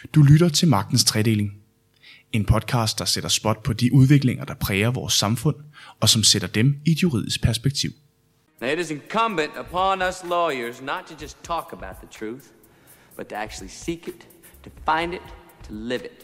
Du lytter til Magtens Tredeling. En podcast, der sætter spot på de udviklinger, der præger vores samfund, og som sætter dem i et juridisk perspektiv. Now, it is incumbent upon us lawyers not to just talk about the truth, but to actually seek it, to find it, to live it.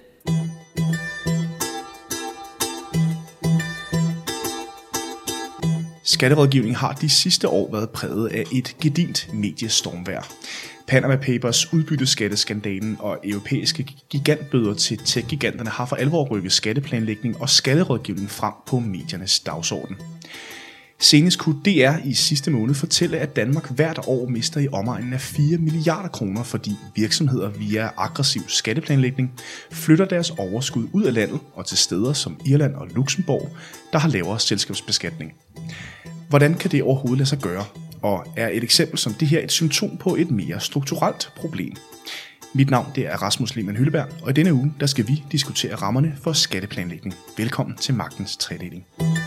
Skatterådgivning har de sidste år været præget af et gedigent mediestormvejr. Panama Papers, udbytteskatteskandalen og europæiske gigantbøder til tech-giganterne har for alvor rykket skatteplanlægning og skatterådgivning frem på mediernes dagsorden. Senest kunne DR i sidste måned fortælle, at Danmark hvert år mister i omegnen af 4 milliarder kroner, fordi virksomheder via aggressiv skatteplanlægning flytter deres overskud ud af landet og til steder som Irland og Luxembourg, der har lavere selskabsbeskatning. Hvordan kan det overhovedet lade sig gøre? Og er et eksempel som det her et symptom på et mere strukturelt problem? Mit navn det er Rasmus Lehmann Hylleberg, og i denne uge der skal vi diskutere rammerne for skatteplanlægning. Velkommen til Magtens Tredeling.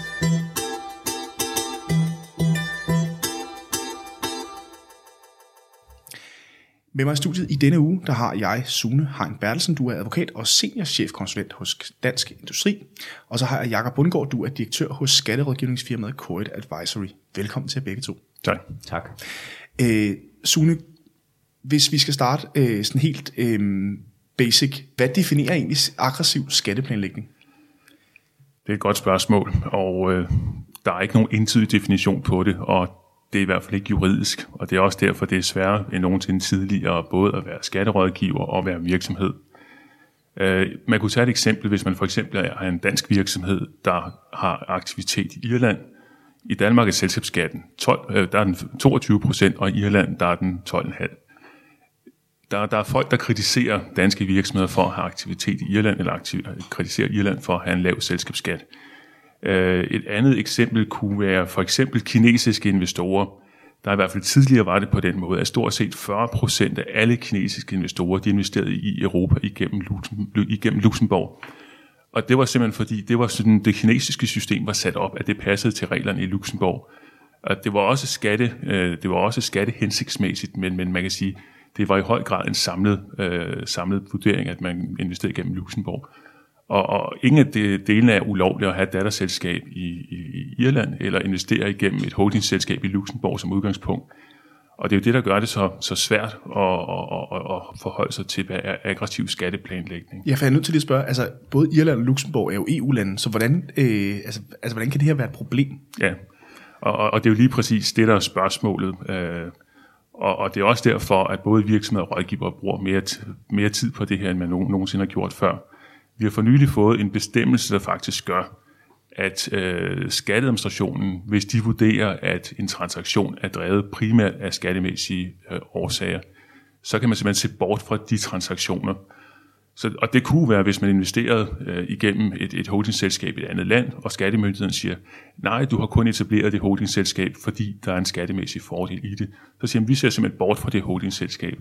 Med mig i studiet i denne uge, der har jeg Sune Hein Bertelsen. Du er advokat og seniorchefkonsulent hos Dansk Industri. Og så har jeg Jakob Bundgaard, du er direktør hos skatterådgivningsfirmaet Coit Advisory. Velkommen til begge to. Tak. Sune, hvis vi skal starte sådan helt basic, hvad definerer egentlig aggressiv skatteplanlægning? Det er et godt spørgsmål, og der er ikke nogen entydig definition på det, og det er i hvert fald ikke juridisk, og det er også derfor, det er sværere end nogensinde tidligere både at være skatterådgiver og være virksomhed. Man kunne tage et eksempel, hvis man for eksempel er en dansk virksomhed, der har aktivitet i Irland. I Danmark er selskabsskatten der er den 22%, og i Irland der er den 12,5%. Der er folk, der kritiserer danske virksomheder for at have aktivitet i Irland, eller kritiserer Irland for at have en lav selskabsskat. Et andet eksempel kunne være for eksempel kinesiske investorer. Der i hvert fald tidligere var det på den måde, at stort set 40% af alle kinesiske investorer, de investerede i Europa igennem Luxembourg. Og det var simpelthen fordi, det var sådan, det kinesiske system var sat op, at det passede til reglerne i Luxembourg. Og det var også skattehensigtsmæssigt, men man kan sige, det var i høj grad en samlet vurdering, at man investerede igennem Luxembourg. Og ingen af delene er ulovlige at have et datterselskab i Irland, eller investere igennem et holdingselskab i Luxembourg som udgangspunkt. Og det er jo det, der gør det så svært at forholde sig til, hvad er aggressiv skatteplanlægning. Ja, for jeg er nødt til at spørge, altså både Irland og Luxembourg er jo EU-lande, så hvordan kan det her være et problem? Ja, og det er jo lige præcis det, der er spørgsmålet. Og det er også derfor, at både virksomheder og rådgivere bruger mere tid på det her, end man nogensinde har gjort før. Vi har for nylig fået en bestemmelse, der faktisk gør, at skatteadministrationen, hvis de vurderer, at en transaktion er drevet primært af skattemæssige årsager, så kan man simpelthen se bort fra de transaktioner. Og det kunne være, hvis man investerede igennem et holdingselskab i et andet land, og skattemyndigheden siger, nej, du har kun etableret det holdingselskab, fordi der er en skattemæssig fordel i det. Så siger man, vi ser simpelthen bort fra det holdingselskab.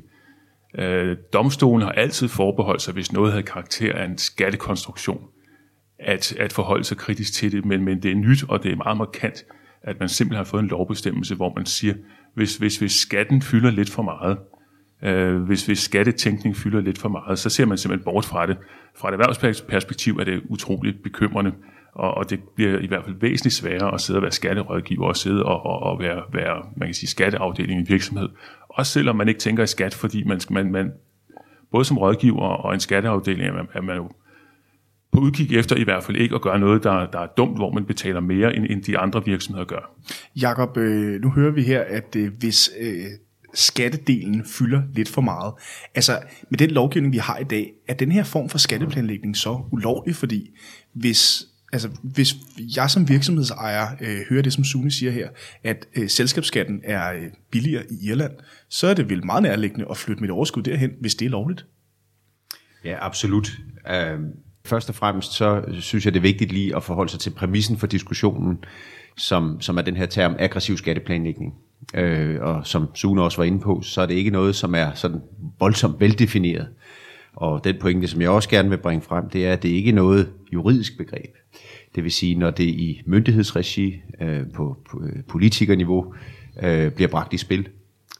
Domstolen har altid forbeholdt sig, hvis noget havde karakter af en skattekonstruktion, at forholde sig kritisk til det, men det er nyt, og det er meget markant, at man simpelthen har fået en lovbestemmelse, hvor man siger, hvis skatten fylder lidt for meget, hvis skattetænkning fylder lidt for meget, så ser man simpelthen bort fra det. Fra et erhvervsperspektiv er det utroligt bekymrende, og det bliver i hvert fald væsentligt sværere at sidde og være skatterådgiver og sidde og være man kan sige, skatteafdeling i en virksomhed. Også selvom man ikke tænker i skat, fordi man både som rådgiver og en skatteafdeling er man jo på udkig efter i hvert fald ikke at gøre noget, der er dumt, hvor man betaler mere, end de andre virksomheder gør. Jakob, nu hører vi her, at hvis skattedelen fylder lidt for meget, altså med den lovgivning, vi har i dag, er den her form for skatteplanlægning så ulovlig, fordi hvis jeg som virksomhedsejer hører det, som Sune siger her, at selskabsskatten er billigere i Irland, så er det vel meget nærliggende at flytte mit overskud derhen, hvis det er lovligt? Ja, absolut. Først og fremmest så synes jeg, det er vigtigt lige at forholde sig til præmissen for diskussionen, som er den her term aggressiv skatteplanlægning. Og som Sune også var inde på, så er det ikke noget, som er sådan voldsomt veldefineret. Og den pointe, som jeg også gerne vil bringe frem, det er, at det ikke er noget juridisk begreb. Det vil sige, når det i myndighedsregi på politikerniveau bliver bragt i spil,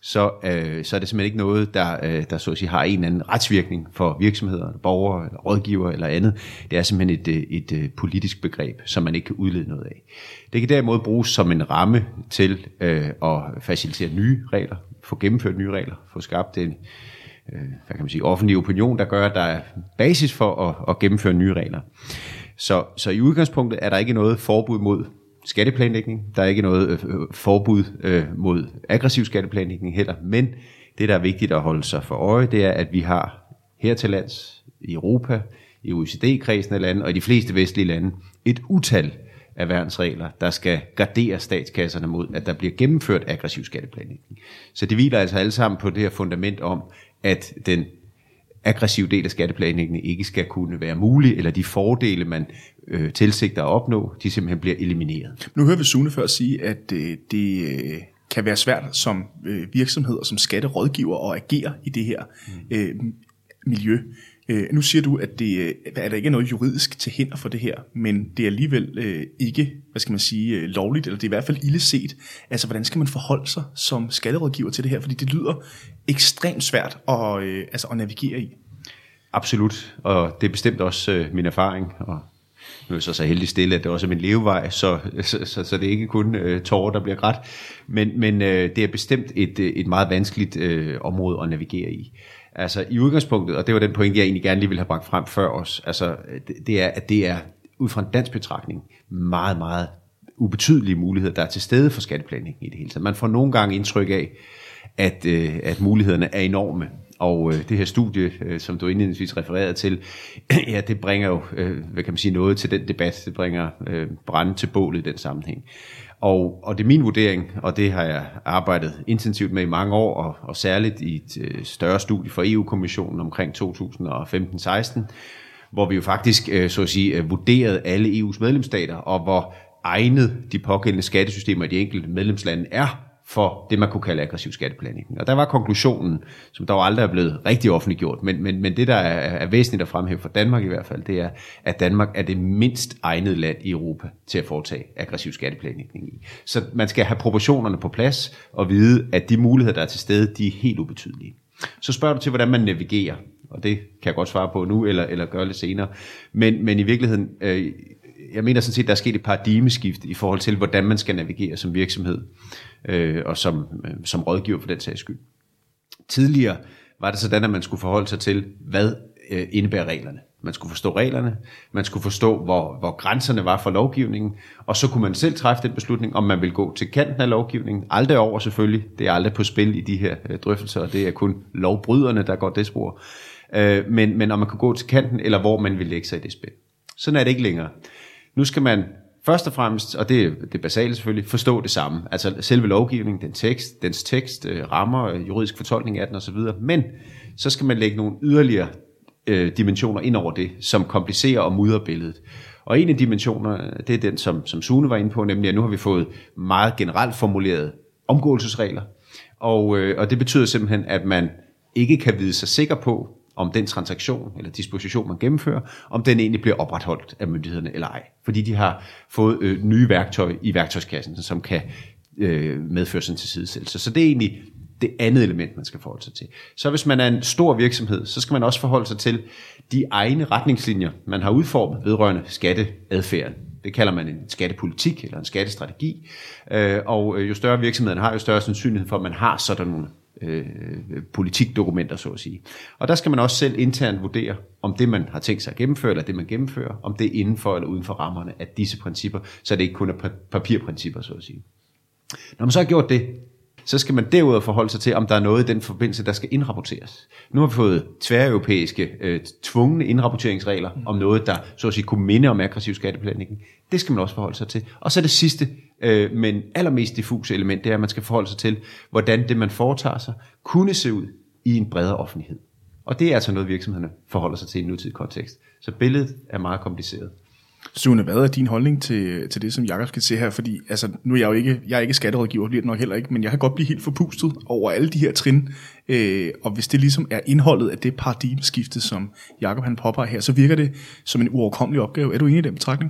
så er det simpelthen ikke noget, der så at sige, har en eller anden retsvirkning for virksomheder, borgere, eller rådgiver eller andet. Det er simpelthen et politisk begreb, som man ikke kan udlede noget af. Det kan derimod bruges som en ramme til at facilitere nye regler, få gennemført nye regler, få skabt en hvad kan man sige, offentlig opinion, der gør, at der er basis for at gennemføre nye regler. Så i udgangspunktet er der ikke noget forbud mod skatteplanlægning, der er ikke noget forbud mod aggressiv skatteplanlægning heller, men det, der er vigtigt at holde sig for øje, det er, at vi har her til lands, i Europa, i OECD-kredsen af lande, og i de fleste vestlige lande, et utal af værnsregler, der skal gardere statskasserne mod, at der bliver gennemført aggressiv skatteplanlægning. Så det hviler altså alle sammen på det her fundament om, at den aggressive del af skatteplanlægningen ikke skal kunne være mulig, eller de fordele, man tilsigter at opnå, de simpelthen bliver elimineret. Nu hører vi Sune før sige, at det kan være svært som virksomhed og som skatterådgiver at agere i det her miljø. Nu siger du, at der ikke er noget juridisk til hinder for det her, men det er alligevel ikke, hvad skal man sige, lovligt, eller det er i hvert fald illeset. Altså, hvordan skal man forholde sig som skatterådgiver til det her? Fordi det lyder ekstremt svært at navigere i. Absolut, og det er bestemt også min erfaring, og nu er jeg så heldig stille, at det også er min levevej, så det er ikke kun tårer, der bliver grædt, men det er bestemt et meget vanskeligt område at navigere i. Altså i udgangspunktet, og det var den pointe, jeg egentlig gerne lige ville have bragt frem før os, altså det er, at det er ud fra en dansk betragtning meget, meget ubetydelige muligheder, der er til stede for skatteplanlægning i det hele taget. Man får nogle gange indtryk af, at mulighederne er enorme, og det her studie, som du indledningsvis refererede til, ja, det bringer jo, hvad kan man sige, noget til den debat, det bringer brænde til bålet i den sammenhæng. Og det er min vurdering, og det har jeg arbejdet intensivt med i mange år, og særligt i et større studie for EU-kommissionen omkring 2015-16, hvor vi jo faktisk, så at sige, vurderede alle EU's medlemsstater, og hvor egnet de pågældende skattesystemer i de enkelte medlemslande er for det, man kunne kalde aggressiv skatteplanlægning. Og der var konklusionen, som dog aldrig er blevet rigtig offentliggjort, men det, der er væsentligt at fremhæve for Danmark i hvert fald, det er, at Danmark er det mindst egnede land i Europa til at foretage aggressiv skatteplanlægning i. Så man skal have proportionerne på plads og vide, at de muligheder, der er til stede, de er helt ubetydelige. Så spørger du til, hvordan man navigerer, og det kan jeg godt svare på nu, eller gøre lidt senere. Men i virkeligheden, jeg mener sådan set, der er sket et paradigmeskift i forhold til, hvordan man skal navigere som virksomhed, og som rådgiver for den sags skyld. Tidligere var det sådan, at man skulle forholde sig til, hvad indebærer reglerne. Man skulle forstå reglerne, man skulle forstå, hvor grænserne var for lovgivningen, og så kunne man selv træffe den beslutning, om man vil gå til kanten af lovgivningen. Aldrig over selvfølgelig, det er aldrig på spil i de her drøftelser, og det er kun lovbryderne, der går det spor. Men om man kan gå til kanten, eller hvor man vil lægge sig i det spil. Sådan er det ikke længere. Nu skal man først og fremmest, og det er basalt selvfølgelig, forstå det samme. Altså selve lovgivningen, dens tekst, rammer, juridisk fortolkning af den osv. Men så skal man lægge nogle yderligere dimensioner ind over det, som komplicerer og mudrer billedet. Og en af dimensionerne, det er den, som Sune var inde på, nemlig at nu har vi fået meget generelt formulerede omgåelsesregler. Og det betyder simpelthen, at man ikke kan vide sig sikker på, om den transaktion eller disposition, man gennemfører, om den egentlig bliver opretholdt af myndighederne eller ej. Fordi de har fået nye værktøj i værktøjskassen, som kan medføre sådan til sidesættelse. Så det er egentlig det andet element, man skal forholde sig til. Så hvis man er en stor virksomhed, så skal man også forholde sig til de egne retningslinjer, man har udformet vedrørende skatteadfærden. Det kalder man en skattepolitik eller en skattestrategi. Og jo større virksomheden har, jo større sandsynlighed for, at man har sådan nogle politikdokumenter, så at sige. Og der skal man også selv internt vurdere, om det, man har tænkt sig at gennemføre, eller det, man gennemfører, om det er inden for eller uden for rammerne af disse principper, så det ikke kun er papirprincipper, så at sige. Når man så har gjort det, så skal man derudover forholde sig til, om der er noget i den forbindelse, der skal indrapporteres. Nu har vi fået tværeuropæiske tvungne indrapporteringsregler om noget, der så at sige kunne minde om aggressiv skatteplanlægning. Det skal man også forholde sig til. Og så det sidste, men allermest diffuse element, det er, at man skal forholde sig til, hvordan det, man foretager sig, kunne se ud i en bredere offentlighed. Og det er altså noget, virksomhederne forholder sig til i en nutidig kontekst. Så billedet er meget kompliceret. Sune, hvad er din holdning til det, som Jakob skal se her? Fordi altså, nu er jeg er ikke skatterådgiver, bliver det nok heller ikke, men jeg kan godt blive helt forpustet over alle de her trin. Og hvis det ligesom er indholdet af det paradigmeskifte, som Jakob han påpeger her, så virker det som en uoverkommelig opgave. Er du enig i den betragtning?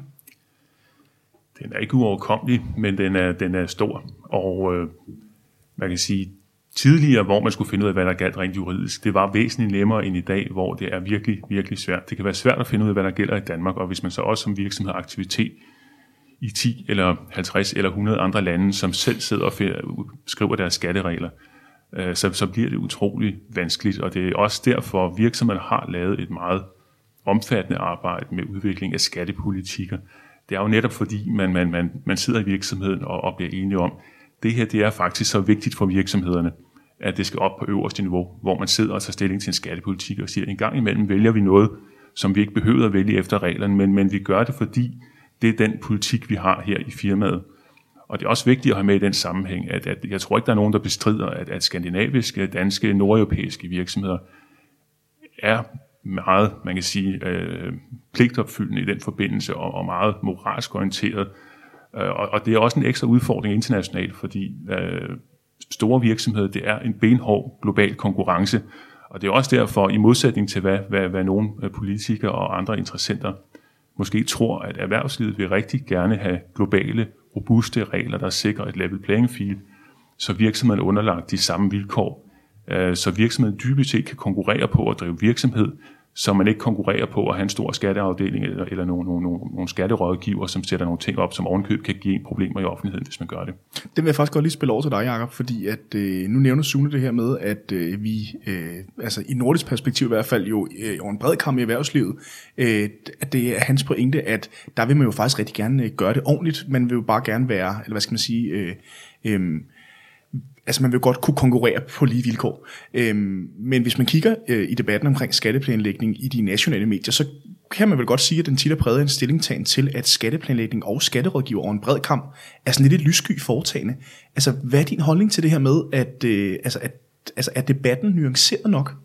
Den er ikke uoverkommelig, men den er stor. Og man kan sige, tidligere, hvor man skulle finde ud af, hvad der galt rent juridisk, det var væsentligt nemmere end i dag, hvor det er virkelig, virkelig svært. Det kan være svært at finde ud af, hvad der gælder i Danmark, og hvis man så også som virksomhed har aktivitet i 10 eller 50 eller 100 andre lande, som selv sidder og skriver deres skatteregler, så bliver det utrolig vanskeligt, og det er også derfor, at virksomheder har lavet et meget omfattende arbejde med udvikling af skattepolitikker. Det er jo netop fordi, man sidder i virksomheden og bliver enige om, det her det er faktisk så vigtigt for virksomhederne, at det skal op på øverste niveau, hvor man sidder og tager stilling til en skattepolitik og siger, en gang imellem vælger vi noget, som vi ikke behøver at vælge efter reglerne, men vi gør det, fordi det er den politik, vi har her i firmaet. Og det er også vigtigt at have med i den sammenhæng, at jeg tror ikke, der er nogen, der bestrider, at skandinaviske, danske, nordeuropæiske virksomheder er meget, man kan sige, pligtopfyldende i den forbindelse og meget moralsk orienteret. Og det er også en ekstra udfordring internationalt, fordi store virksomheder, det er en benhård global konkurrence. Og det er også derfor, i modsætning til hvad nogle politikere og andre interessenter måske tror, at erhvervslivet vil rigtig gerne have globale, robuste regler, der sikrer et level playing field, så virksomheden er underlagt de samme vilkår. Så virksomheden dybest set kan konkurrere på at drive virksomhed, så man ikke konkurrerer på at have en stor skatteafdeling eller nogle skatterådgiver, som sætter nogle ting op, som ovenkøb kan give problemer i offentligheden, hvis man gør det. Det vil jeg faktisk godt lige spille over til dig, Jacob, fordi at, nu nævner Sune det her med, at vi, altså i nordisk perspektiv i hvert fald jo over en bred kam i erhvervslivet, at det er hans pointe, at der vil man jo faktisk rigtig gerne gøre det ordentligt. Man vil jo bare gerne være, eller hvad skal man sige, altså man vil godt kunne konkurrere på lige vilkår. Men hvis man kigger i debatten omkring skatteplanlægning i de nationale medier, så kan man vel godt sige, at den tit er præget af en stillingtagen til, at skatteplanlægning og skatterådgiver over en bred kam er sådan lidt et lyssky foretagende. Altså, hvad er din holdning til det her med, at er debatten nuanceret nok?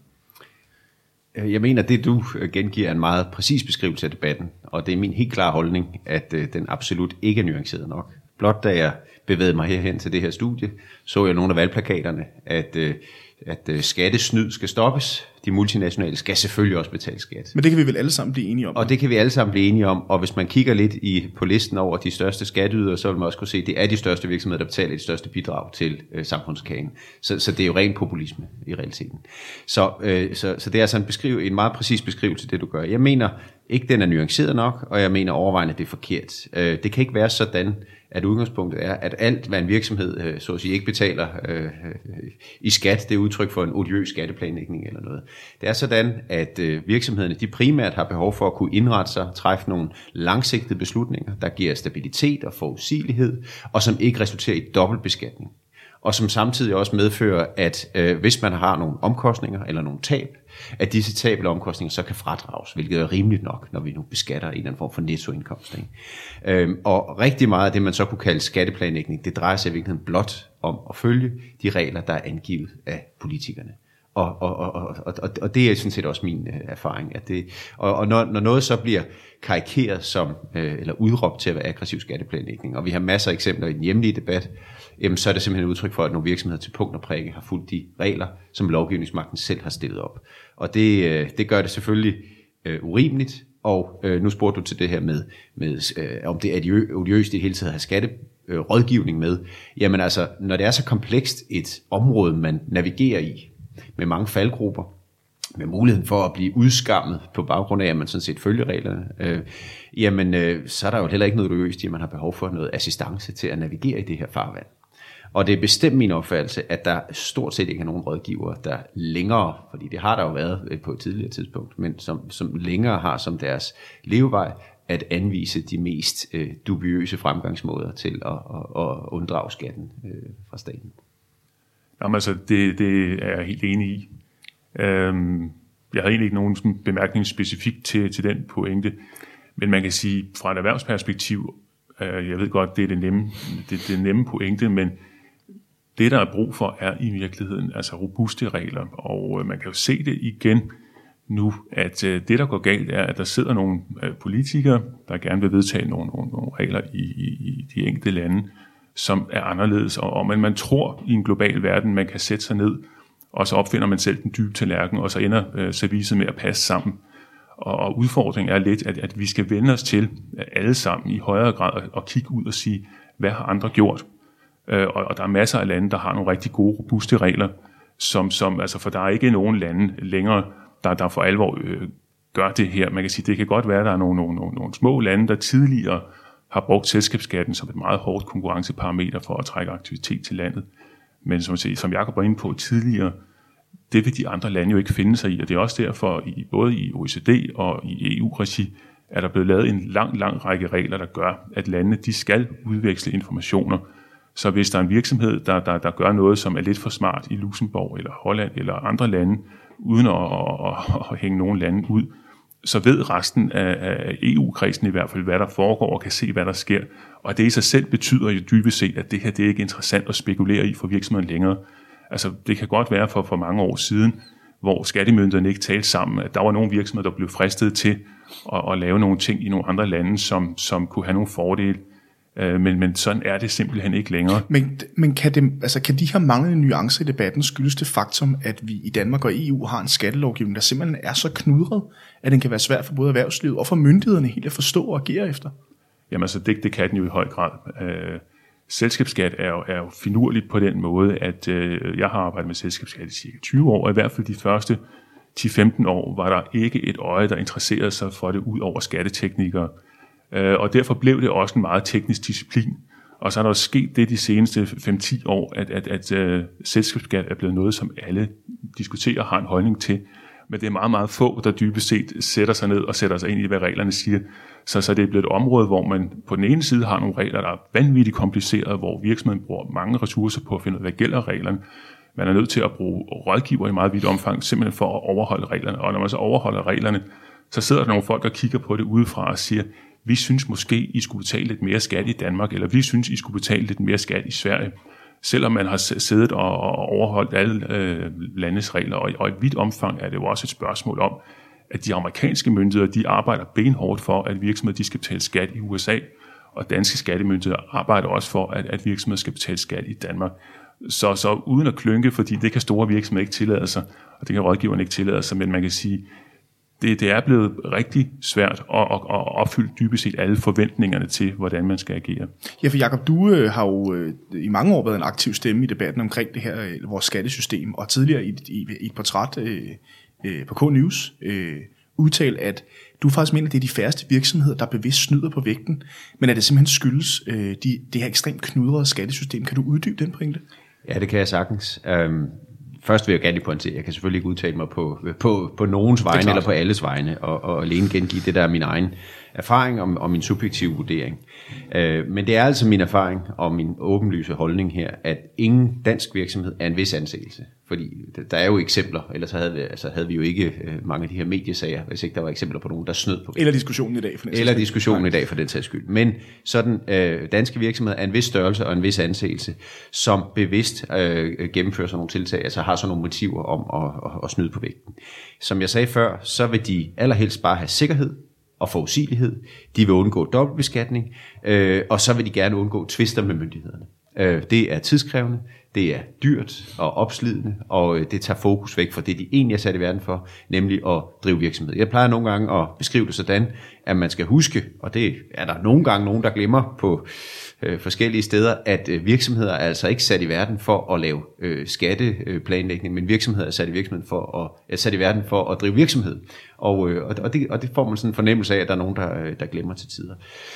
Jeg mener, det du gengiver er en meget præcis beskrivelse af debatten, og det er min helt klare holdning, at den absolut ikke er nuanceret nok. Blot da jeg bevægede mig herhen til det her studie, så jeg nogle af valgplakaterne, at skattesnyd skal stoppes. De multinationale skal selvfølgelig også betale skat. Men det kan vi vel alle sammen blive enige om? Og det kan vi alle sammen blive enige om, og hvis man kigger lidt på listen over de største skatteydere, så vil man også kunne se, at det er de største virksomheder, der betaler de største bidrag til samfundskagen. Så det er jo ren populisme i realiteten. Så det er altså en meget præcis beskrivelse, det du gør. Jeg mener ikke, den er nuanceret nok, og jeg mener overvejende, at det er forkert. Det kan ikke være sådan, at udgangspunktet er, at alt, hvad en virksomhed så at sige ikke betaler i skat, det er udtryk for en odiøs skatteplanlægning eller noget. Det er sådan, at virksomhederne de primært har behov for at kunne indrette sig, træffe nogle langsigtede beslutninger, der giver stabilitet og forudsigelighed, og som ikke resulterer i dobbeltbeskatning. Og som samtidig også medfører, at hvis man har nogle omkostninger eller nogle tab, at disse tab eller omkostninger så kan fradrages, hvilket er rimeligt nok, når vi nu beskatter en eller anden form for nettoindkomst. Og rigtig meget af det, man så kunne kalde skatteplanlægning, det drejer sig i virkeligheden blot om at følge de regler, der er angivet af politikerne. Og det er sådan set også min erfaring. At det, og når noget så bliver karikeret som, eller udråbt til at være aggressiv skatteplanlægning, og vi har masser af eksempler i den hjemlige debat, jamen, så er det simpelthen et udtryk for, at nogle virksomheder til punkt og prikke har fulgt de regler, som lovgivningsmagten selv har stillet op. Og det gør det selvfølgelig urimeligt, og nu spurgte du til det her med om det er odiøst i det hele taget at have skatterådgivning med. Jamen altså, når det er så komplekst et område, man navigerer i, med mange faldgrupper, med muligheden for at blive udskammet på baggrund af, at man sådan set følger reglerne, så er der jo heller ikke noget odiøst i, at man har behov for noget assistance til at navigere i det her farvand. Og det er bestemt min opfattelse, at der stort set ikke er nogen rådgivere, der længere, fordi det har der jo været på et tidligere tidspunkt, men som længere har som deres levevej at anvise de mest dubiøse fremgangsmåder til at unddrage skatten fra staten. Jamen altså, det er jeg helt enig i. Jeg har egentlig ikke nogen bemærkning specifikt til den pointe, men man kan sige, fra et erhvervsperspektiv, jeg ved godt, det er det nemme pointe, men det, der er brug for, er i virkeligheden altså robuste regler, og man kan jo se det igen nu, at det, der går galt, er, at der sidder nogle politikere, der gerne vil vedtage nogle regler i de enkelte lande, som er anderledes, og man tror i en global verden, man kan sætte sig ned, og så opfinder man selv den dybe tallerken, og så ender servicet med at passe sammen. Og udfordringen er lidt, at vi skal vende os til alle sammen i højere grad at kigge ud og sige, hvad har andre gjort? Og der er masser af lande, der har nogle rigtig gode, robuste regler, altså for der er ikke nogen lande længere, der for alvor gør det her. Man kan sige, det kan godt være, at der er nogle små lande, der tidligere har brugt selskabsskatten som et meget hårdt konkurrenceparameter for at trække aktivitet til landet. Men som Jakob var inde på tidligere, det vil de andre lande jo ikke finde sig i, og det er også derfor, både i OECD og i EU-regi, er der blevet lavet en lang række regler, der gør, at landene de skal udveksle informationer. Så hvis der er en virksomhed, der gør noget, som er lidt for smart i Luxembourg eller Holland eller andre lande, uden at hænge nogen lande ud, så ved resten af EU-kredsen i hvert fald, hvad der foregår, og kan se, hvad der sker. Og det i sig selv betyder jo dybest set, at det her det er ikke interessant at spekulere i for virksomheden længere. Altså, det kan godt være for mange år siden, hvor skattemyndighederne ikke talte sammen, at der var nogle virksomheder, der blev fristet til at lave nogle ting i nogle andre lande, som kunne have nogle fordele. Men sådan er det simpelthen ikke længere. Men kan de her manglende nuancer i debatten skyldes det faktum, at vi i Danmark og EU har en skattelovgivning, der simpelthen er så knudret, at den kan være svært for både erhvervslivet og for myndighederne helt at forstå og agere efter? Jamen altså, det kan den jo i høj grad. Selskabsskat er jo finurligt på den måde, at jeg har arbejdet med selskabsskat i cirka 20 år, og i hvert fald de første 10-15 år var der ikke et øje, der interesserede sig for det ud over skatteteknikere. Og derfor blev det også en meget teknisk disciplin. Og så er der også sket det de seneste 5-10 år, at selskabsskat er blevet noget, som alle diskuterer og har en holdning til. Men det er meget, meget få, der dybest set sætter sig ned og sætter sig ind i, hvad reglerne siger. Så det er blevet et område, hvor man på den ene side har nogle regler, der er vanvittigt komplicerede, hvor virksomheden bruger mange ressourcer på at finde ud af, hvad gælder reglerne. Man er nødt til at bruge rådgiver i meget vidt omfang, simpelthen for at overholde reglerne. Og når man så overholder reglerne, så sidder der nogle folk, der kigger på det udefra og siger, vi synes måske, I skulle betale lidt mere skat i Danmark, eller vi synes, I skulle betale lidt mere skat i Sverige. Selvom man har siddet og overholdt alle landes regler, og i et vidt omfang er det jo også et spørgsmål om, at de amerikanske myndigheder, de arbejder benhårdt for, at virksomheder de skal betale skat i USA, og danske skattemyndigheder arbejder også for, at virksomheder skal betale skat i Danmark. Så uden at klynke, fordi det kan store virksomheder ikke tillade sig, og det kan rådgiverne ikke tillade sig, men man kan sige, det er blevet rigtig svært at opfylde dybest set alle forventningerne til, hvordan man skal agere. Ja, for Jakob, du har jo i mange år været en aktiv stemme i debatten omkring det her, vores skattesystem, og tidligere i et portræt på K-News udtalt, at du faktisk mener, at det er de færreste virksomheder, der bevidst snyder på vægten, men at det simpelthen skyldes det her ekstremt knudrede skattesystem. Kan du uddybe den pointe? Ja, det kan jeg sagtens. Først vil jeg gerne lige pointere, jeg kan selvfølgelig ikke udtale mig på nogens vegne eller på alles vegne, og alene gengive det, der er min egen erfaring og min subjektive vurdering. Men det er altså min erfaring og min åbenlyse holdning her, at ingen dansk virksomhed er en vis anseelse. Fordi der er jo eksempler, ellers havde vi jo ikke mange af de her mediesager, hvis ikke der var eksempler på nogen, der snød på. Eller diskussionen i dag. For den sags skyld. Men sådan danske virksomheder er en vis størrelse og en vis anseelse, som bevidst gennemfører sådan nogle tiltag, altså har sådan nogle motiver om at snyde på vægten. Som jeg sagde før, så vil de allerhelst bare have sikkerhed og forudsigelighed. De vil undgå dobbeltbeskatning, og så vil de gerne undgå tvister med myndighederne. Det er tidskrævende, det er dyrt og opslidende, og det tager fokus væk fra det, de egentlig er sat i verden for, nemlig at drive virksomhed. Jeg plejer nogle gange at beskrive det sådan, at man skal huske, og det er der nogle gange nogen, der glemmer på forskellige steder, at virksomheder er altså ikke sat i verden for at lave skatteplanlægning, men virksomheder er sat i verden for at drive virksomhed. Og det får man sådan en fornemmelse af, at der er nogen, der glemmer til tider.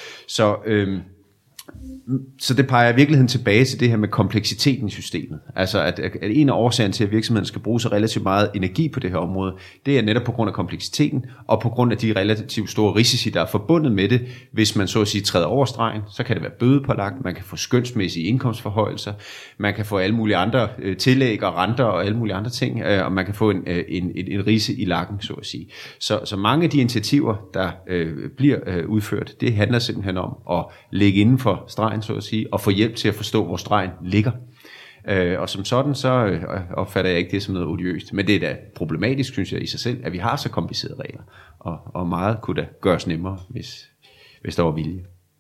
Så det peger i virkeligheden tilbage til det her med kompleksiteten i systemet. Altså at en af årsagerne til, at virksomheden skal bruge så relativt meget energi på det her område, det er netop på grund af kompleksiteten, og på grund af de relativt store risici, der er forbundet med det. Hvis man så at sige træder over stregen, så kan det være bødepålagt, man kan få skønsmæssige indkomstforhøjelser, man kan få alle mulige andre tillæg og renter og alle mulige andre ting, og man kan få en rise i lakken, så at sige. Så mange af de initiativer, der bliver udført, det handler simpelthen om at lægge inden for stregen, så at sige, og få hjælp til at forstå, hvor stregen ligger. Og som sådan, så opfatter jeg ikke det som noget odiøst. Men det er da problematisk, synes jeg, i sig selv, at vi har så komplicerede regler. Og meget kunne da gøres nemmere, hvis der var vilje.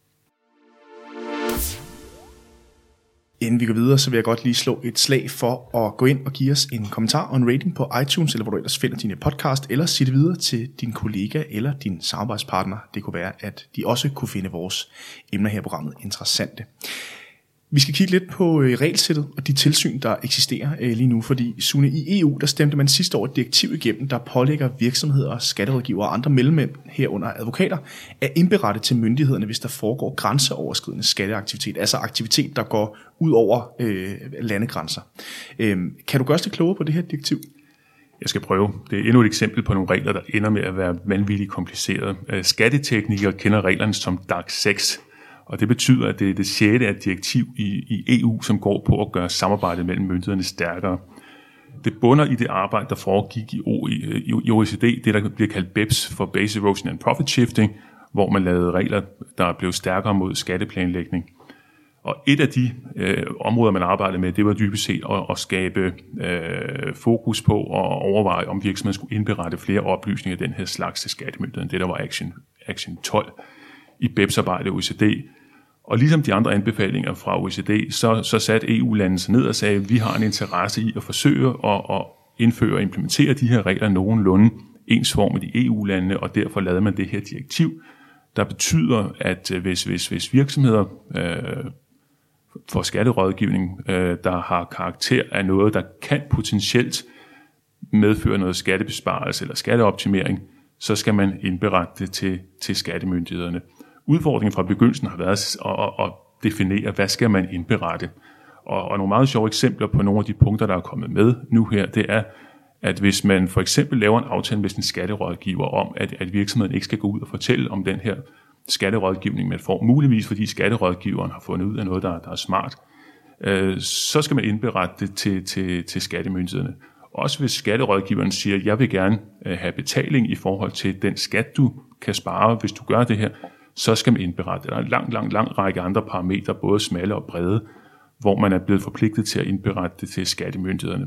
Inden vi går videre, så vil jeg godt lige slå et slag for at gå ind og give os en kommentar og en rating på iTunes, eller hvor du ellers finder dine podcast, eller sig det videre til din kollega eller din samarbejdspartner. Det kunne være, at de også kunne finde vores emner her i programmet interessante. Vi skal kigge lidt på regelsættet og de tilsyn, der eksisterer lige nu, fordi Sune, i EU, der stemte man sidste år et direktiv igennem, der pålægger virksomheder, skatterådgivere og andre mellemmænd, herunder advokater, at indberette til myndighederne, hvis der foregår grænseoverskridende skatteaktivitet, altså aktivitet, der går ud over landegrænser. Kan du gøre os det klogere på det her direktiv? Jeg skal prøve. Det er endnu et eksempel på nogle regler, der ender med at være vanvittigt komplicerede. Skatteteknikere kender reglerne som DAC 6, og det betyder, at det er det 6. af direktiv i EU, som går på at gøre samarbejdet mellem myndighederne stærkere. Det bunder i det arbejde, der foregik i OECD, det der bliver kaldt BEPS for Base Erosion and Profit Shifting, hvor man lavede regler, der blev stærkere mod skatteplanlægning. Og et af de områder, man arbejdede med, det var dybest set at skabe fokus på og overveje, om virksomheden skulle indberette flere oplysninger af den her slags til skattemyndigheden. Det der var Action 12 i BEPS-arbejdet i OECD. Og ligesom de andre anbefalinger fra OECD, så satte EU-landene sig ned og sagde, at vi har en interesse i at forsøge at indføre og implementere de her regler nogenlunde ensformigt i EU-landene, og derfor lavede man det her direktiv, der betyder, at hvis virksomheder for skatterådgivning, der har karakter af noget, der kan potentielt medføre noget skattebesparelse eller skatteoptimering, så skal man indberette det til skattemyndighederne. Udfordringen fra begyndelsen har været at definere, hvad skal man indberette. Og nogle meget sjove eksempler på nogle af de punkter, der er kommet med nu her, det er, at hvis man for eksempel laver en aftale med sin skatterådgiver om, at virksomheden ikke skal gå ud og fortælle om den her skatterådgivning, man får, muligvis fordi skatterådgiveren har fundet ud af noget, der er smart, så skal man indberette det til skattemyndighederne. Også hvis skatterådgiveren siger, at jeg vil gerne have betaling i forhold til den skat, du kan spare, hvis du gør det her, så skal man indberette. Der er en lang række andre parametre, både smalle og brede, hvor man er blevet forpligtet til at indberette det til skattemyndighederne.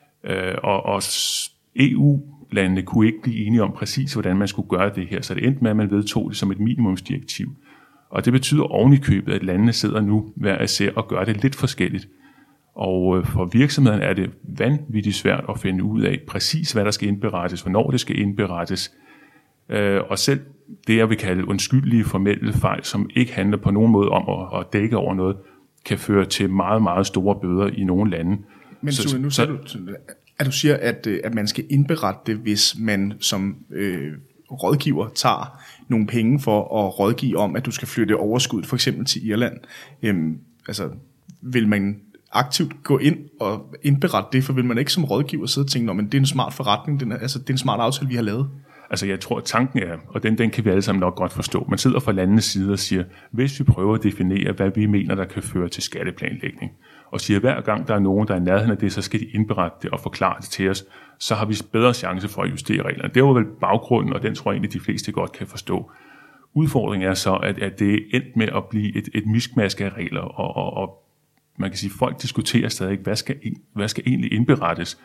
Og EU-landene kunne ikke blive enige om præcis, hvordan man skulle gøre det her, så det endte med, at man vedtog det som et minimumsdirektiv. Og det betyder oven i købet, at landene sidder nu hver især og gør det lidt forskelligt. Og for virksomheden er det vanvittigt svært at finde ud af præcis, hvad der skal indberettes, hvornår det skal indberettes. Og selv det, jeg vil kalde undskyldige formelle fejl, som ikke handler på nogen måde om at dække over noget, kan føre til meget, meget store bøder i nogle lande. Men Sune, nu siger du siger, at man skal indberette det, hvis man som rådgiver tager nogle penge for at rådgive om, at du skal flytte overskud for eksempel til Irland. Altså, vil man aktivt gå ind og indberette det, for vil man ikke som rådgiver sidde og tænke, men det er en smart forretning, det er en smart aftale, vi har lavet? Altså jeg tror, at tanken er, og den kan vi alle sammen nok godt forstå, man sidder fra landenes side og siger, hvis vi prøver at definere, hvad vi mener, der kan føre til skatteplanlægning, og siger, at hver gang der er nogen, der er i nærheden af det, så skal de indberette det og forklare det til os, så har vi bedre chance for at justere reglerne. Det var vel baggrunden, og den tror jeg egentlig, de fleste godt kan forstå. Udfordringen er så, at det er endt med at blive et miskmask af regler, og man kan sige, at folk diskuterer stadig, hvad skal egentlig indberettes.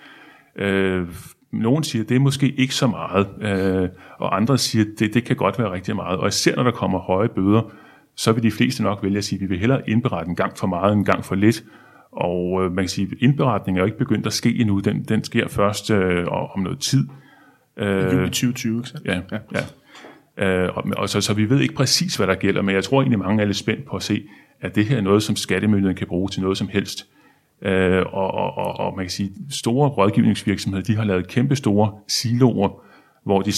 Nogen siger, at det er måske ikke så meget, og andre siger, at det kan godt være rigtig meget. Og især når der kommer høje bøder, så vil de fleste nok vælge at sige, at vi vil hellere indberette en gang for meget, en gang for lidt. Og man kan sige, at indberetningen er jo ikke begyndt at ske endnu. Den sker først om noget tid. Juli 2020, ikke sant? Ja. Og så vi ved ikke præcis, hvad der gælder, men jeg tror egentlig, mange er lidt spændt på at se, at det her er noget, som skattemyndigheden kan bruge til noget som helst. Og man kan sige, at store rådgivningsvirksomheder, de har lavet kæmpe store siloer, hvor de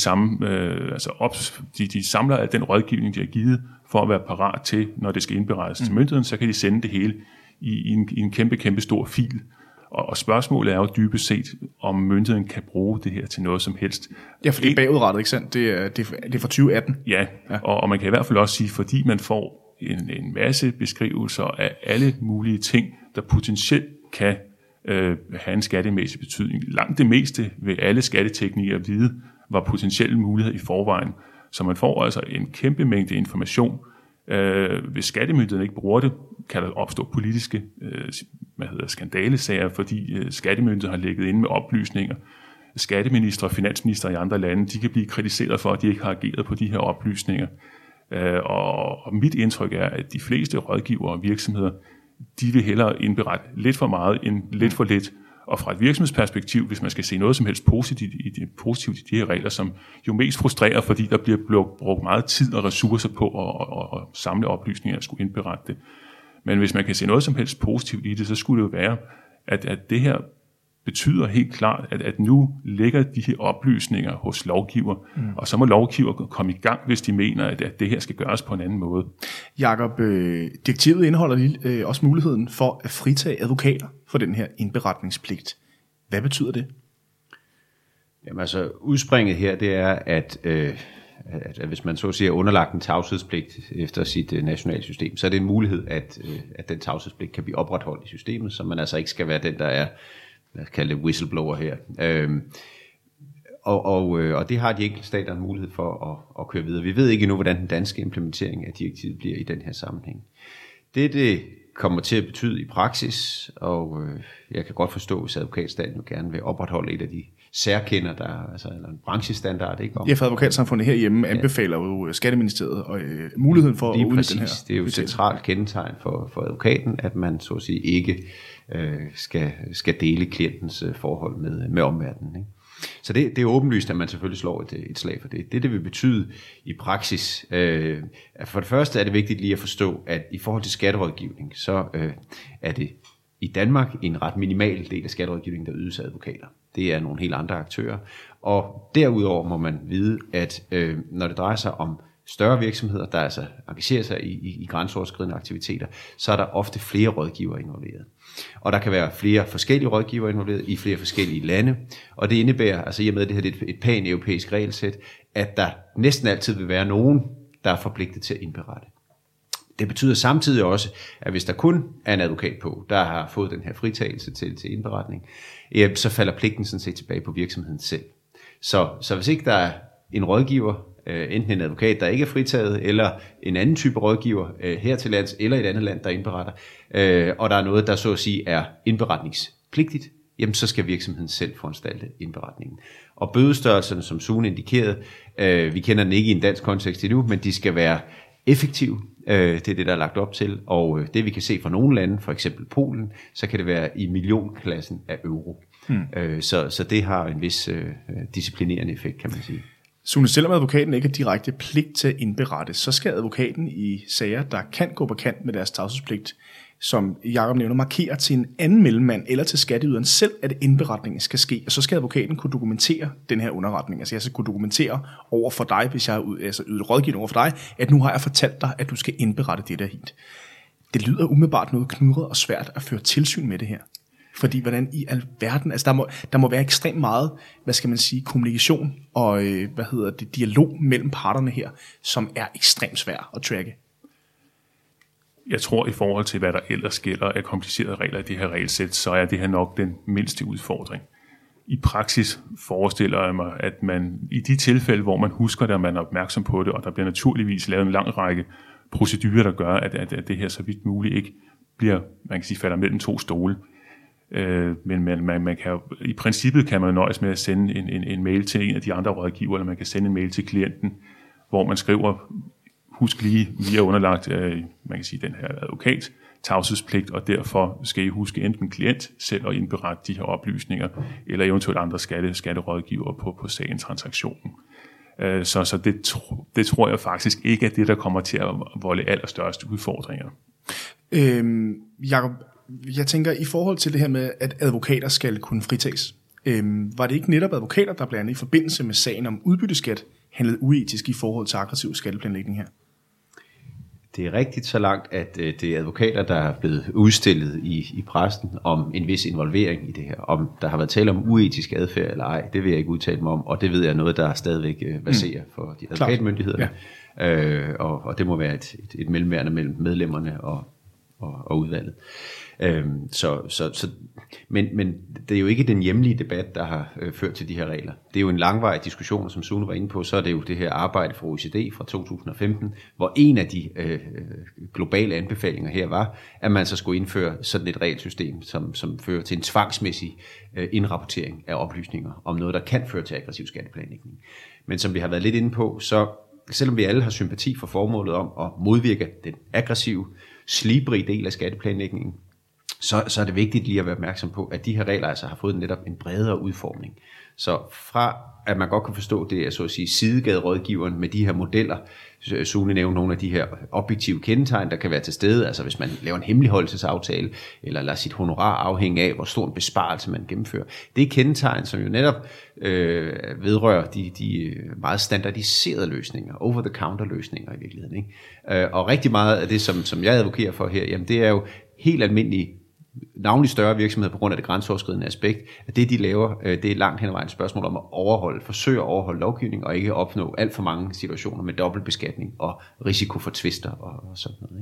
samler al den rådgivning, de har givet, for at være parat til, når det skal indberettes til myndigheden, så kan de sende det hele i en kæmpe stor fil. Og spørgsmålet er jo dybest set, om myndigheden kan bruge det her til noget som helst. Ja, for det er bagudrettet, ikke sandt? Det er fra 2018. Ja. Og man kan i hvert fald også sige, fordi man får en masse beskrivelser af alle mulige ting, der potentielt kan have en skattemæssig betydning. Langt det meste vil alle skatteteknikere vide, var potentielle muligheder i forvejen. Så man får altså en kæmpe mængde information. Hvis skattemyndigheden ikke bruger det, kan der opstå politiske skandalesager, fordi skattemyndigheden har ligget inde med oplysninger. Skatteminister og finansminister i andre lande, de kan blive kritiseret for, at de ikke har ageret på de her oplysninger. Og mit indtryk er, at de fleste rådgivere og virksomheder, de vil hellere indberette lidt for meget end lidt for lidt. Og fra et virksomhedsperspektiv, hvis man skal se noget som helst positivt i de her regler, som jo mest frustrerer, fordi der bliver brugt meget tid og ressourcer på at samle oplysninger og skulle indberette det. Men hvis man kan se noget som helst positivt i det, så skulle det jo være, at det her betyder helt klart, at nu ligger de her oplysninger hos lovgiver, og så må lovgiver komme i gang, hvis de mener, at det her skal gøres på en anden måde. Jakob, direktivet indeholder også muligheden for at fritage advokater for den her indberetningspligt. Hvad betyder det? Jamen altså, udspringet her, det er, at hvis man så siger underlagt en tavshedspligt efter sit nationale system, så er det en mulighed, at den tavshedspligt kan blive opretholdt i systemet, så man altså ikke skal være den, der er, lad os kalde det whistleblower her. Og det har de enkelte stater en mulighed for at køre videre. Vi ved ikke endnu, hvordan den danske implementering af direktivet bliver i den her sammenhæng. Det kommer til at betyde i praksis, og jeg kan godt forstå, hvis advokatstanden jo gerne vil opretholde et af de særkender, der er altså en branchestandard. Ikke? Ja, for advokatsamfundet herhjemme anbefaler jo Skatteministeriet og muligheden for at udnytte den her. Det er jo et centralt kendetegn for advokaten, at man så at sige ikke skal dele klientens forhold med omverdenen. Ikke? Så det er åbenlyst, at man selvfølgelig slår et slag for det. Det vil betyde i praksis. For det første er det vigtigt lige at forstå, at i forhold til skatterådgivning, så er det i Danmark en ret minimal del af skatterådgivningen, der ydes af advokater. Det er nogle helt andre aktører. Og derudover må man vide, at når det drejer sig om større virksomheder, der altså engagerer sig i grænseoverskridende aktiviteter, så er der ofte flere rådgivere involveret. Og der kan være flere forskellige rådgivere involveret i flere forskellige lande, og det indebærer, altså i og med at det her er et pan-europæisk regelsæt, at der næsten altid vil være nogen, der er forpligtet til at indberette. Det betyder samtidig også, at hvis der kun er en advokat på, der har fået den her fritagelse til indberetning, så falder pligten sådan set tilbage på virksomheden selv. Så hvis ikke der er en rådgiver, enten en advokat, der ikke er fritaget, eller en anden type rådgiver her til lands, eller et andet land, der indberetter, og der er noget, der så at sige er indberetningspligtigt, jamen så skal virksomheden selv foranstalte indberetningen. Og bødestørrelserne, som Sune indikerede, vi kender den ikke i en dansk kontekst endnu, men de skal være effektive. Det er det, der er lagt op til, og det vi kan se fra nogle lande, for eksempel Polen, så kan det være i millionklassen af euro. Så det har en vis disciplinerende effekt, kan man sige. Sune, selvom advokaten ikke har direkte pligt til at indberette, så skal advokaten i sager, der kan gå på kant med deres tavshedspligt, som Jakob nævner, markere til en anden mellemmand eller til skatteyderen selv, at indberetningen skal ske. Og så skal advokaten kunne dokumentere den her underretning. Altså jeg skal kunne dokumentere over for dig, hvis jeg har ydet rådgivning over for dig, at nu har jeg fortalt dig, at du skal indberette det der hit. Det lyder umiddelbart noget knudret og svært at føre tilsyn med det her. Fordi hvordan i alverden, altså der må være ekstremt meget, hvad skal man sige, kommunikation og dialog mellem parterne her, som er ekstremt svær at tracke. Jeg tror, i forhold til, hvad der ellers gælder af komplicerede regler i det her regelsæt, så er det her nok den mindste udfordring. I praksis forestiller jeg mig, at man i de tilfælde, hvor man husker det, og man er opmærksom på det, og der bliver naturligvis lavet en lang række procedurer, der gør, at det her så vidt muligt ikke bliver, man kan sige, falder mellem to stole. Men man kan, i princippet kan man nøjes med at sende en mail til en af de andre rådgivere, eller man kan sende en mail til klienten, hvor man skriver, husk lige, vi er underlagt, man kan sige, den her advokat, tavshedspligt, og derfor skal I huske enten klient selv at indberette de her oplysninger, eller eventuelt andre skatterådgivere på sagens transaktionen. Så det tror jeg faktisk ikke er det, der kommer til at volde allerstørste udfordringer. Jakob, jeg tænker, i forhold til det her med, at advokater skal kunne fritages, var det ikke netop advokater, der blandt andet i forbindelse med sagen om udbytteskat handlede uetisk i forhold til aggressiv skatteplanlægning her? Det er rigtigt så langt, at det er advokater, der er blevet udstillet i pressen om en vis involvering i det her. Om der har været tale om uetisk adfærd eller ej, det vil jeg ikke udtale mig om, og det ved jeg noget, der stadigvæk baserer for de advokatmyndigheder. Ja. Og det må være et mellemværende mellem medlemmerne og udvalget. Men det er jo ikke den hjemlige debat, der har ført til de her regler. Det er jo en langvarig diskussion, som Sune var inde på, så er det jo det her arbejde fra OECD fra 2015, hvor en af de globale anbefalinger her var, at man så skulle indføre sådan et regelsystem, som fører til en tvangsmæssig indrapportering af oplysninger om noget, der kan føre til aggressiv skatteplanlægning. Men som vi har været lidt inde på, så selvom vi alle har sympati for formålet om at modvirke den aggressive, slibrige del af skatteplanlægningen, så er det vigtigt lige at være opmærksom på, at de her regler altså har fået netop en bredere udformning. Så fra at man godt kan forstå, det er så at sige sidegaderådgiveren med de her modeller, Sune nævner nogle af de her objektive kendetegn, der kan være til stede, altså hvis man laver en hemmeligholdelsesaftale, eller lader sit honorar afhænge af, hvor stor en besparelse man gennemfører. Det er kendetegn, som jo netop vedrører de meget standardiserede løsninger, over-the-counter løsninger i virkeligheden. Ikke? Og rigtig meget af det, som jeg advokerer for her, jamen det er jo helt almindelige, navnlig større virksomheder på grund af det grænseoverskridende aspekt, at det de laver, det er langt hen ad vejen et spørgsmål om at forsøge at overholde lovgivning, og ikke opnå alt for mange situationer med dobbeltbeskatning og risiko for tvister og sådan noget.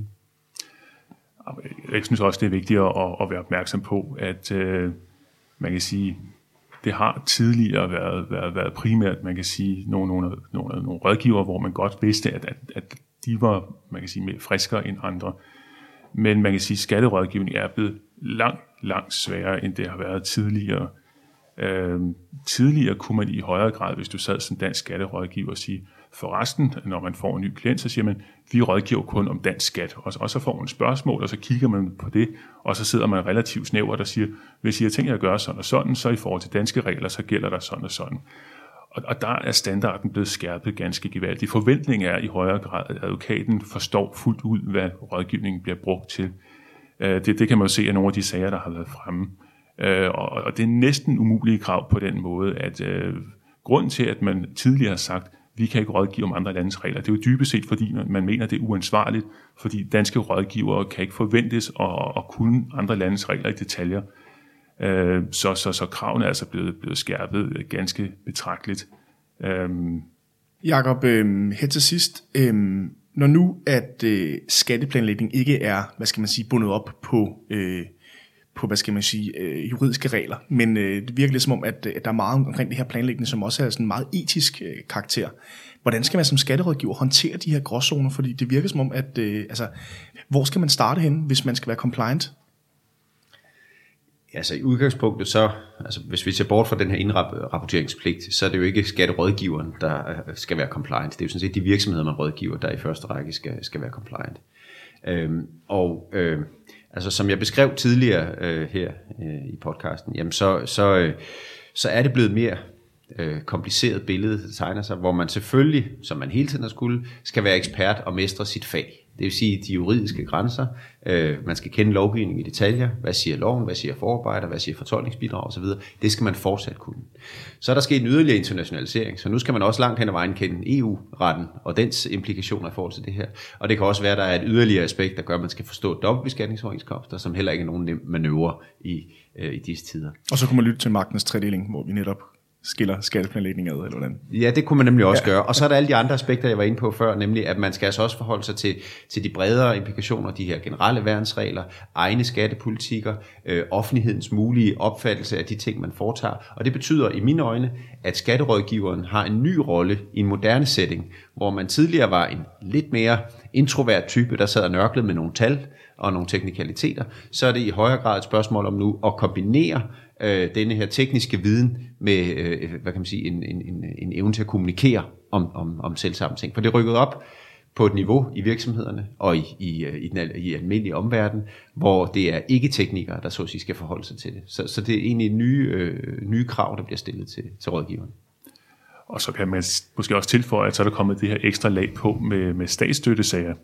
Ikke? Jeg synes også, det er vigtigt at være opmærksom på, at man kan sige, det har tidligere været primært, man kan sige, nogle rådgivere, hvor man godt vidste, at de var, man kan sige, mere friskere end andre. Men man kan sige, at skatterådgivning er blevet langt sværere, end det har været tidligere. Tidligere kunne man i højere grad, hvis du sad som dansk skatterådgiver, og sige, forresten, når man får en ny klient, så siger man, vi rådgiver kun om dansk skat. Og så får man et spørgsmål, og så kigger man på det, og så sidder man relativt snævert og siger, hvis I har tænkt jer at gøre sådan og sådan, så i forhold til danske regler, så gælder der sådan og sådan. Og der er standarden blevet skærpet ganske gevaldigt. Forventningen er i højere grad, at advokaten forstår fuldt ud, hvad rådgivningen bliver brugt til. Det kan man jo se af nogle af de sager, der har været fremme. Og det er næsten umulige krav på den måde, at grunden til, at man tidligere har sagt, vi kan ikke rådgive om andre landes regler, det er jo dybest set, fordi man mener, det er uansvarligt, fordi danske rådgivere kan ikke forventes at kunne andre landes regler i detaljer. Så kravene er altså blevet skærpet ganske betragteligt. Jakob, her til sidst, når nu at skatteplanlægning ikke er, hvad skal man sige, bundet op på hvad skal man sige, juridiske regler, men det virker lidt som om, at der er meget omkring det her planlægning, som også er sådan en meget etisk karakter. Hvordan skal man som skatterådgiver håndtere de her gråzoner? Fordi det virker som om, at hvor skal man starte hen, hvis man skal være compliant? Altså i udgangspunktet så, altså hvis vi ser bort fra den her indrapporteringspligt, så er det jo ikke skatterådgiveren, der skal være compliant. Det er jo sådan set de virksomheder, man rådgiver, der i første række skal være compliant. Altså som jeg beskrev tidligere her i podcasten, jamen så er det blevet mere kompliceret billede, der tegner sig, hvor man selvfølgelig, som man hele tiden har skulle, skal være ekspert og mestre sit fag. Det vil sige de juridiske grænser. Man skal kende lovgivning i detaljer. Hvad siger loven? Hvad siger forarbejder? Hvad siger fortolkningsbidrag osv.? Det skal man fortsat kunne. Så er der sket en yderligere internationalisering, så nu skal man også langt hen ad vejen kende EU-retten og dens implikationer i forhold til det her. Og det kan også være, at der er et yderligere aspekt, der gør, at man skal forstå dobbeltbeskatningsoverenskomster, som heller ikke er nogen nem manøvre i disse tider. Og så kunne man lytte til magtens tredeling, hvor vi netop skiller skatteplanlægning ad, eller hvordan? Ja, det kunne man nemlig også gøre. Og så er der alle de andre aspekter, jeg var inde på før, nemlig at man skal altså også forholde sig til de bredere implikationer, de her generelle værnsregler, egne skattepolitikker, offentlighedens mulige opfattelse af de ting, man foretager. Og det betyder i mine øjne, at skatterådgiveren har en ny rolle i en moderne setting, hvor man tidligere var en lidt mere introvert type, der sad og nørklede med nogle tal og nogle teknikaliteter. Så er det i højere grad et spørgsmål om nu at kombinere denne her tekniske viden med hvad kan man sige, en evne til at kommunikere om selvsamme ting. For det er rykket op på et niveau i virksomhederne og i almindelig omverden, hvor det er ikke teknikere, der så at sige skal forholde sig til det. Så det er egentlig nye krav, der bliver stillet til rådgiveren. Og så kan man måske også tilføje, at så er der kommet det her ekstra lag på med statsstøttesager,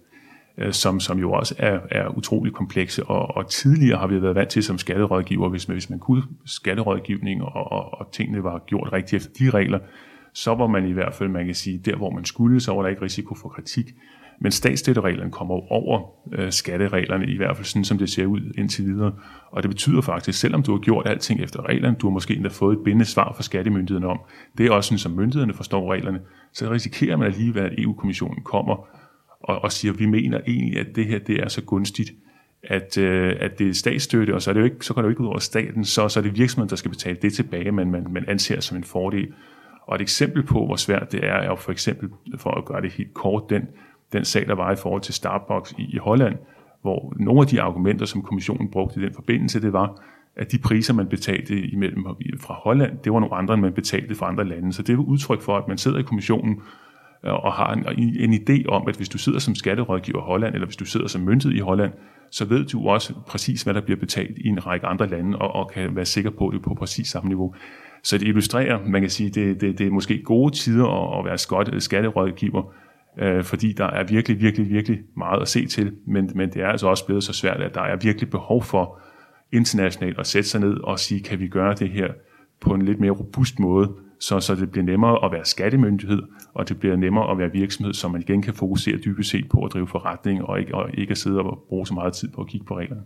som jo også er utrolig komplekse, og tidligere har vi været vant til som skatterådgiver, hvis man kunne skatterådgivning, og tingene var gjort rigtigt efter de regler, så var man i hvert fald, man kan sige, der hvor man skulle, så var der ikke risiko for kritik. Men statsstøttereglerne kommer over skattereglerne, i hvert fald sådan, som det ser ud indtil videre. Og det betyder faktisk, selvom du har gjort alting efter reglerne, du har måske endda fået et bindende svar fra skattemyndighederne om, det er også sådan, som myndighederne forstår reglerne, så risikerer man alligevel, at EU-kommissionen kommer og siger, vi mener egentlig, at det her det er så gunstigt, at det er statsstøtte, og så går det jo ikke ud over staten, så er det virksomheden, der skal betale det tilbage, men man anser som en fordel. Og et eksempel på, hvor svært det er jo for eksempel, for at gøre det helt kort, den sag, der var i forhold til Starbucks i Holland, hvor nogle af de argumenter, som kommissionen brugte i den forbindelse, det var, at de priser, man betalte fra Holland, det var nogle andre, end man betalte fra andre lande. Så det er jo udtryk for, at man sidder i kommissionen og har en idé om, at hvis du sidder som skatterådgiver i Holland, eller hvis du sidder som myndighed i Holland, så ved du også præcis, hvad der bliver betalt i en række andre lande, og kan være sikker på, at det er på præcis samme niveau. Så det illustrerer, man kan sige, det er måske gode tider at være skatterådgiver, fordi der er virkelig, virkelig, virkelig meget at se til, men det er altså også blevet så svært, at der er virkelig behov for internationalt at sætte sig ned og sige, kan vi gøre det her på en lidt mere robust måde, så det bliver nemmere at være skattemyndighed, og det bliver nemmere at være virksomhed, så man igen kan fokusere dybest set på at drive forretning, og ikke at sidde og bruge så meget tid på at kigge på reglerne.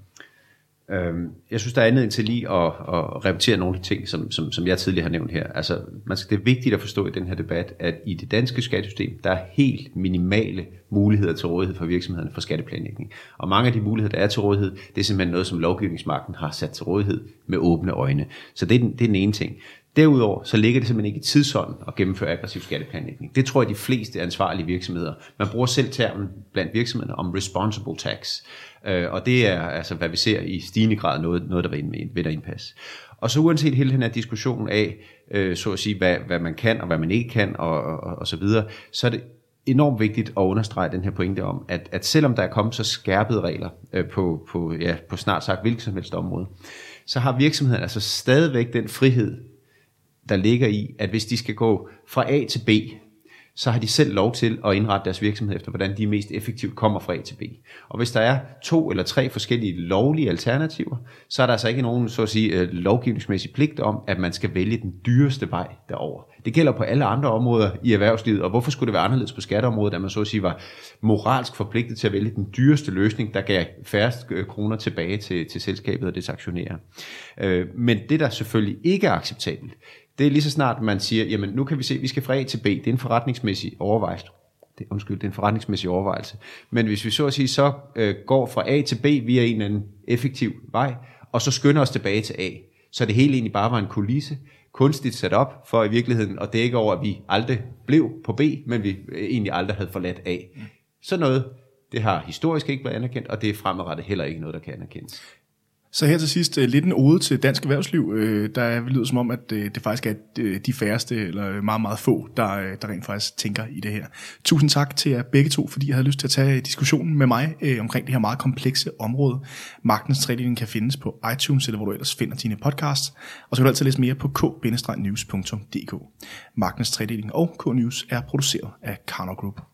Jeg synes, der er anledning til lige at repetere nogle af de ting, som jeg tidligere har nævnt her. Altså, det er vigtigt at forstå i den her debat, at i det danske skattesystem, der er helt minimale muligheder til rådighed for virksomhederne for skatteplanlægning. Og mange af de muligheder, der er til rådighed, det er simpelthen noget, som lovgivningsmagten har sat til rådighed med åbne øjne. Så det er den ene ting. Derudover så ligger det simpelthen ikke i tidsånden at gennemføre aggressiv skatteplanlægning. Det tror jeg, de fleste ansvarlige virksomheder. Man bruger selv termen blandt virksomhederne om responsible tax. Og det er altså, hvad vi ser i stigende grad noget der vil indpasse. Og så uanset hele den her diskussion af, så at sige, hvad man kan og hvad man ikke kan og så videre, så er det enormt vigtigt at understrege den her pointe om, at selvom der er kommet så skærpede regler på snart sagt hvilket som helst område, så har virksomheden altså stadigvæk den frihed, der ligger i, at hvis de skal gå fra A til B, så har de selv lov til at indrette deres virksomhed efter, hvordan de mest effektivt kommer fra A til B. Og hvis der er 2 eller 3 forskellige lovlige alternativer, så er der altså ikke nogen, så at sige, lovgivningsmæssig pligt om, at man skal vælge den dyreste vej derover. Det gælder på alle andre områder i erhvervslivet, og hvorfor skulle det være anderledes på skatteområdet, at man så at sige var moralsk forpligtet til at vælge den dyreste løsning, der gav færrest kroner tilbage til selskabet og dets aktionærer. Men det, der selvfølgelig ikke er acceptabelt, det er lige så snart, man siger, jamen nu kan vi se, at vi skal fra A til B. Det er en forretningsmæssig overvejelse. Det er en forretningsmæssig overvejelse. Men hvis vi så at sige, så går fra A til B via en eller anden effektiv vej, og så skynder os tilbage til A, så det hele egentlig bare var en kulisse, kunstigt sat op for i virkeligheden at dække over, at vi aldrig blev på B, men vi egentlig aldrig havde forladt A. Så noget, det har historisk ikke været anerkendt, og det er fremadrettet heller ikke noget, der kan anerkendes. Så her til sidst lidt en ode til dansk erhvervsliv. Der lyder som om, at det faktisk er de færreste, eller meget, meget få, der rent faktisk tænker i det her. Tusind tak til jer begge to, fordi jeg havde lyst til at tage diskussionen med mig omkring det her meget komplekse område. Magtens Tredeling kan findes på iTunes, eller hvor du ellers finder dine podcasts. Og så kan du altid læse mere på k-news.dk. Magtens Tredeling og K-News er produceret af Karnov Group.